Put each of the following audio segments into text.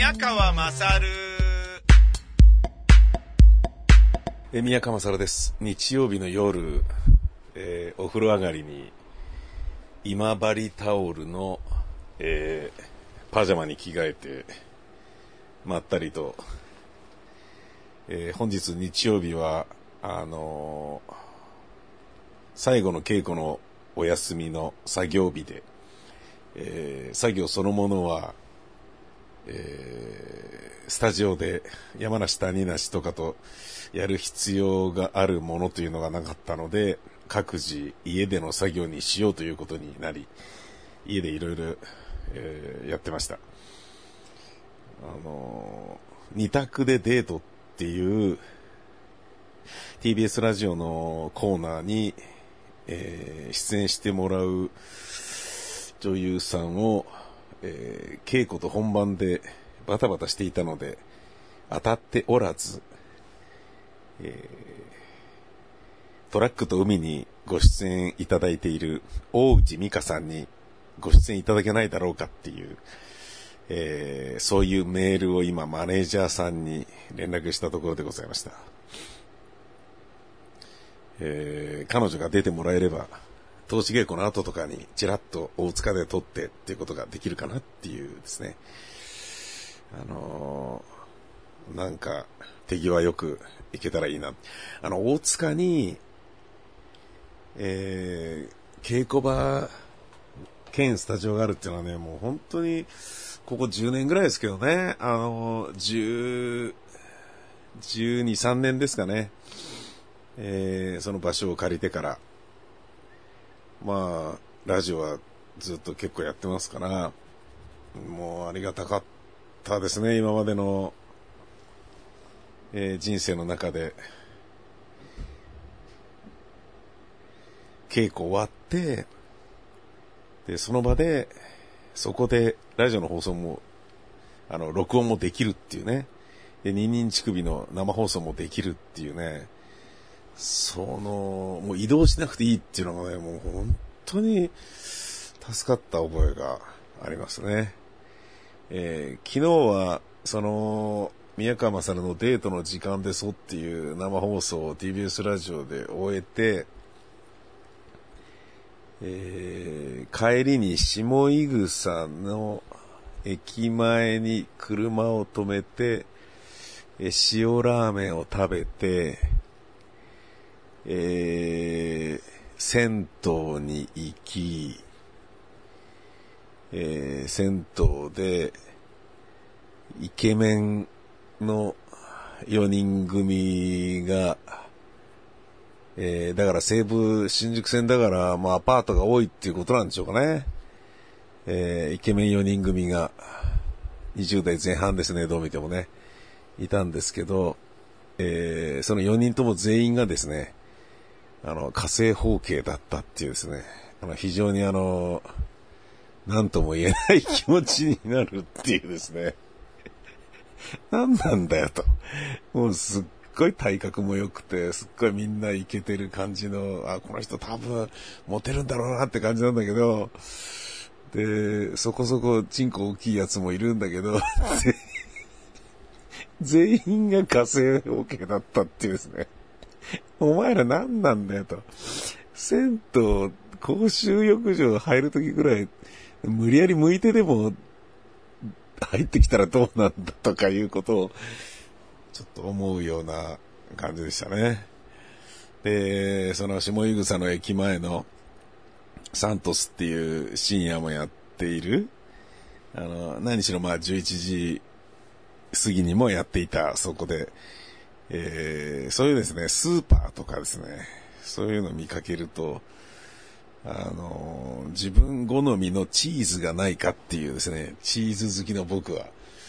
宮川勝。 宮川勝です。日曜日の夜、お風呂上がりに今治タオルの、パジャマに着替えてまったりと、本日日曜日は最後の稽古のお休みの作業日で、作業そのものは、スタジオで山梨谷梨とかとやる必要があるものというのがなかったので、各自家での作業にしようということになり、家でいろいろやってました。二択でデートっていう TBS ラジオのコーナーに、出演してもらう女優さんを、稽古と本番でバタバタしていたので当たっておらず、トラックと海にご出演いただいている大内美香さんにご出演いただけないだろうかっていう、そういうメールを今マネージャーさんに連絡したところでございました。彼女が出てもらえれば投資稽古の後とかにちらっと大塚で撮ってっていうことができるかなっていうですね。なんか手際よくいけたらいいな。大塚に、稽古場兼スタジオがあるっていうのはね、もう本当にここ10年ぐらいですけどね、12、3年ですかね。その場所を借りてから、まあラジオはずっと結構やってますから、もうありがたかったですね、今までの、人生の中で。稽古終わってで、その場でそこでラジオの放送も録音もできるっていうね、でニンニン乳首の生放送もできるっていうね、もう移動しなくていいっていうのがね、もう本当に助かった覚えがありますね。昨日は宮川勝のデートの時間でそっていう生放送を TBS ラジオで終えて、帰りに下井草の駅前に車を止めて、塩ラーメンを食べて、銭湯に行き、銭湯でイケメンの4人組が、だから西武新宿線だから、まあアパートが多いっていうことなんでしょうかね。イケメン4人組が20代前半ですね、どう見てもね、いたんですけど、その4人とも全員がですね、火星方形だったっていうですね、非常になんとも言えない気持ちになるっていうですね。何なんだよと。もうすっごい体格も良くて、すっごいみんなイケてる感じの、この人多分モテるんだろうなって感じなんだけど、で、そこそこチンコ大きいやつもいるんだけど、全員が火星方形だったっていうですね。お前ら何なんだよと。銭湯、公衆浴場入るときぐらい、無理やり向いてでも入ってきたらどうなんだとかいうことをちょっと思うような感じでしたね。で、その下井草の駅前のサントスっていう深夜もやっている、何しろまあ11時過ぎにもやっていた、そこで、そういうですね、スーパーとかですね、そういうのを見かけると、自分好みのチーズがないかっていうですね、チーズ好きの僕は、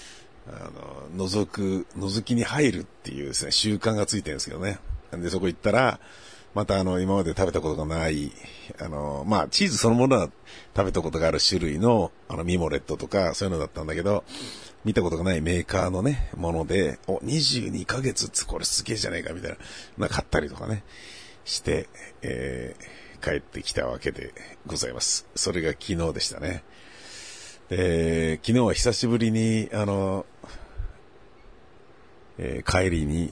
覗きに入るっていうですね、習慣がついてるんですけどね。で、そこ行ったら、また今まで食べたことがない、まあ、チーズそのものは食べたことがある種類の、ミモレットとか、そういうのだったんだけど、見たことがないメーカーのね、もので、22ヶ月ってこれすげえじゃねえかみたいな、買ったりとかね、して、帰ってきたわけでございます。それが昨日でしたね。昨日は久しぶりに、 帰りに、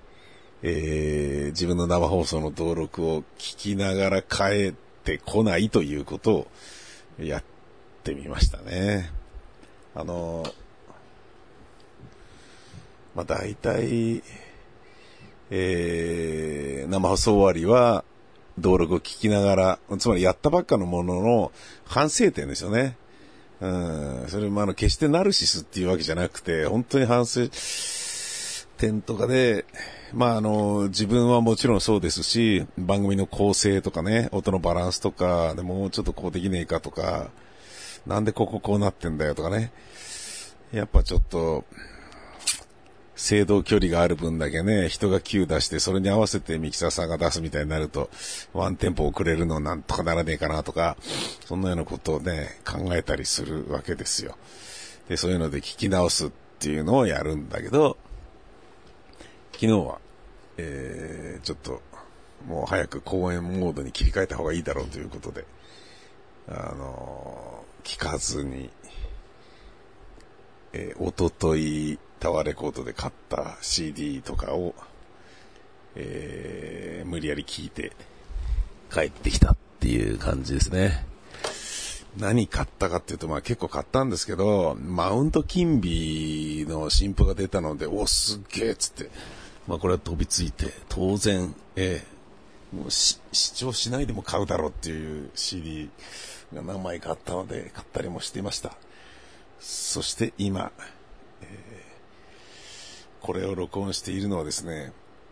自分の生放送の登録を聞きながら帰ってこないということをやってみましたね。大体、生放送終わりは登録を聞きながら、つまりやったばっかのものの反省点ですよね。それも決してナルシスっていうわけじゃなくて、本当に反省点とかで、自分はもちろんそうですし、番組の構成とかね、音のバランスとか、でもうちょっとこうできねえかとか、なんでこうなってんだよとかね。やっぱちょっと、制動距離がある分だけね、人が Q 出して、それに合わせてミキサーさんが出すみたいになると、ワンテンポ遅れるのなんとかならねえかなとか、そんなようなことをね、考えたりするわけですよ。で、そういうので聞き直すっていうのをやるんだけど、昨日は、ちょっと、もう早く公演モードに切り替えた方がいいだろうということで、聞かずに、おとといタワーレコードで買った CD とかを、無理やり聞いて帰ってきたっていう感じですね。何買ったかっていうと、結構買ったんですけど、マウント金美の新譜が出たので、すっげーっつって、これは飛びついて、当然、もう視聴しないでも買うだろうっていう CD が何枚かあったので、買ったりもしていました。そして今、これを録音しているのはですね、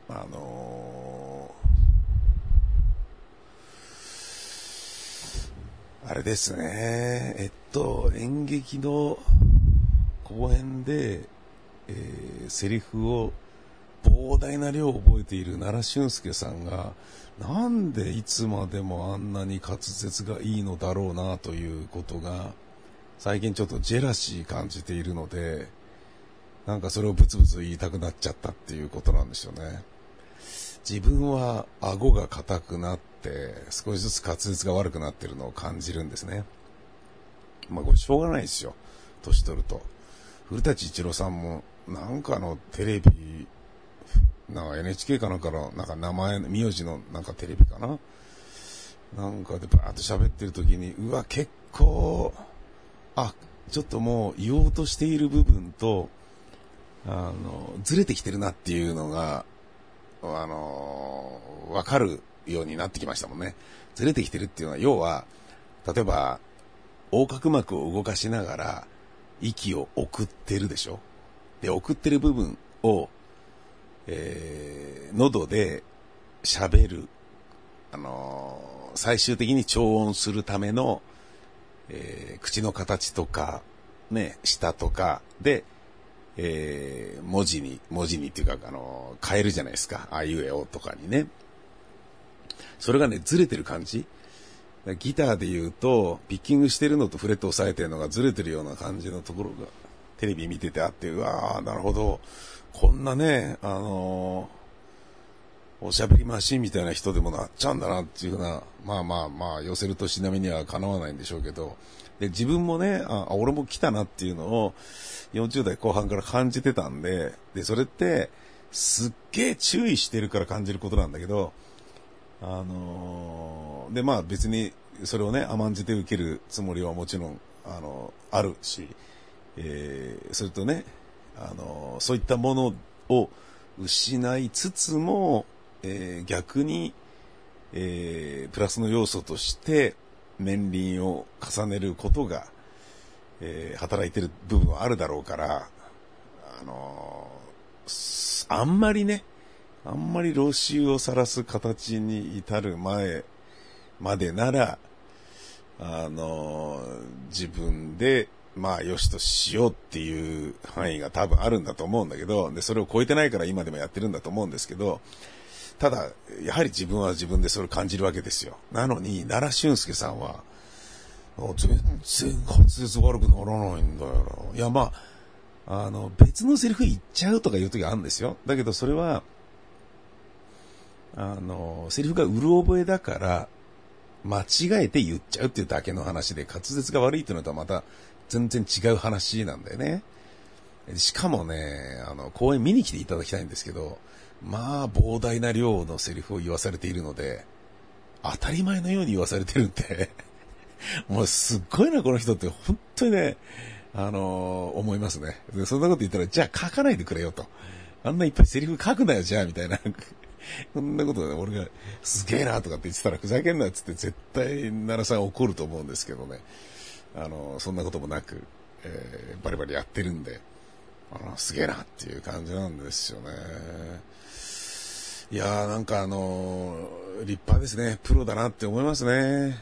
あれですね、演劇の公演で、セリフを膨大な量を覚えている奈良俊介さんが、なんでいつまでもあんなに滑舌がいいのだろうなということが、最近ちょっとジェラシー感じているので、なんかそれをブツブツ言いたくなっちゃったっていうことなんですよね。自分は顎が硬くなって少しずつ滑舌が悪くなってるのを感じるんですね。これしょうがないですよ、年取ると。古舘一郎さんもなんかテレビ、なんか NHK かなんかのなんか名前、名字のなんかテレビかな、なんかでバーッと喋ってる時に、結構ちょっともう言おうとしている部分とずれてきてるなっていうのがわかるようになってきましたもんね。ずれてきてるっていうのは、要は例えば横隔膜を動かしながら息を送ってるでしょ。で、送ってる部分を、喉で喋る、最終的に調音するための、口の形とかね、舌とかで、文字にっていうか変えるじゃないですか。あいうえおとかにね。それがね、ずれてる感じ。ギターで言うとピッキングしてるのとフレットを押さえてるのがずれてるような感じのところがテレビ見ててあって、なるほど、こんなね、おしゃべりマシンみたいな人でもなっちゃうんだなっていうふうな、寄せるとしなみにはかなわないんでしょうけど、で、自分もね、俺も来たなっていうのを40代後半から感じてたんで、それってすっげえ注意してるから感じることなんだけど、で、別にそれをね、甘んじて受けるつもりはもちろんあるし、それとね、そういったものを失いつつも、逆に、プラスの要素として年輪を重ねることが、働いてる部分はあるだろうから、あんまり老臭を晒す形に至る前までなら、自分でよしとしようっていう範囲が多分あるんだと思うんだけど、で、それを超えてないから今でもやってるんだと思うんですけど、ただ、やはり自分は自分でそれを感じるわけですよ。なのに、奈良俊介さんは、全然滑舌悪くならないんだよな。いや、別のセリフ言っちゃうとかいう時あるんですよ。だけどそれは、セリフがうる覚えだから、間違えて言っちゃうっていうだけの話で、滑舌が悪いっていうのとはまた全然違う話なんだよね。 しかもね、公演見に来ていただきたいんですけど、まあ、膨大な量のセリフを言わされているので、当たり前のように言わされてるんで、もうすっごいな、この人って、本当にね、思いますね。で、そんなこと言ったら、じゃあ書かないでくれよと。あんないっぱいセリフ書くなよ、じゃあ、みたいな。そんなことで、俺が、すげえな、とかって言ってたら、ふざけんなっつって絶対、奈良さん怒ると思うんですけどね。そんなこともなく、バリバリやってるんで、すげえなっていう感じなんですよね。いやー、なんか立派ですね。プロだなって思いますね。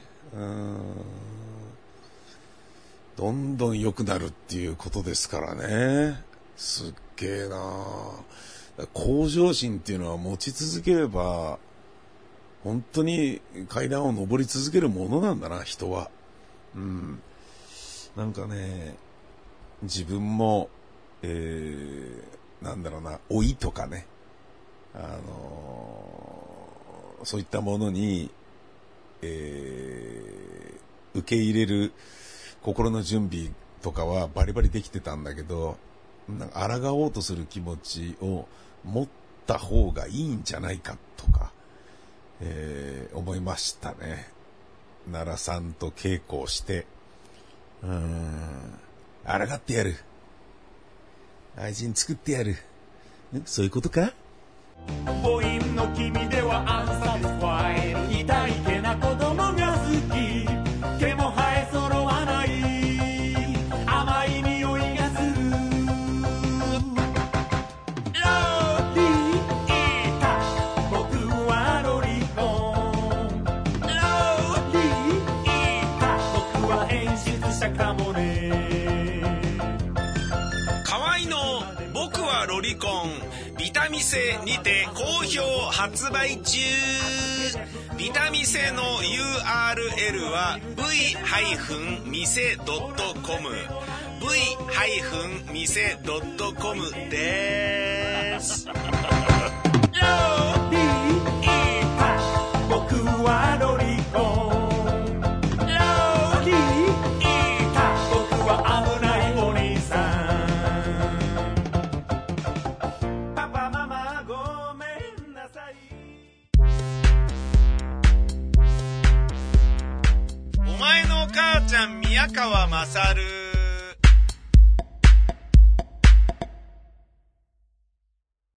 どんどん良くなるっていうことですからね。すっげえなー。向上心っていうのは持ち続ければ、本当に階段を上り続けるものなんだな、人は。なんかね、自分も、なんだろうな、老いとかね、そういったものに、受け入れる心の準備とかはバリバリできてたんだけど、なんか抗おうとする気持ちを持った方がいいんじゃないかとか、思いましたね。奈良さんと稽古をして、抗ってやる。愛人作ってやる。そういうことか？ 母音の君ではアンサティスファイ。痛いけな子供が好き。毛も生え揃わない甘い匂いがする。ロリータ、僕はロリコン。ロリータ、僕は演出者かもね。 河合の僕はロリコン、ビタミセにて好評発売中。ビタミセの URL は v-mise.com v-mise.com です。 ロリータ、僕はロリコン。ロリータ、僕は危ないお兄さん。パパママごめんなさい。 お前の母ちゃん宮川勝。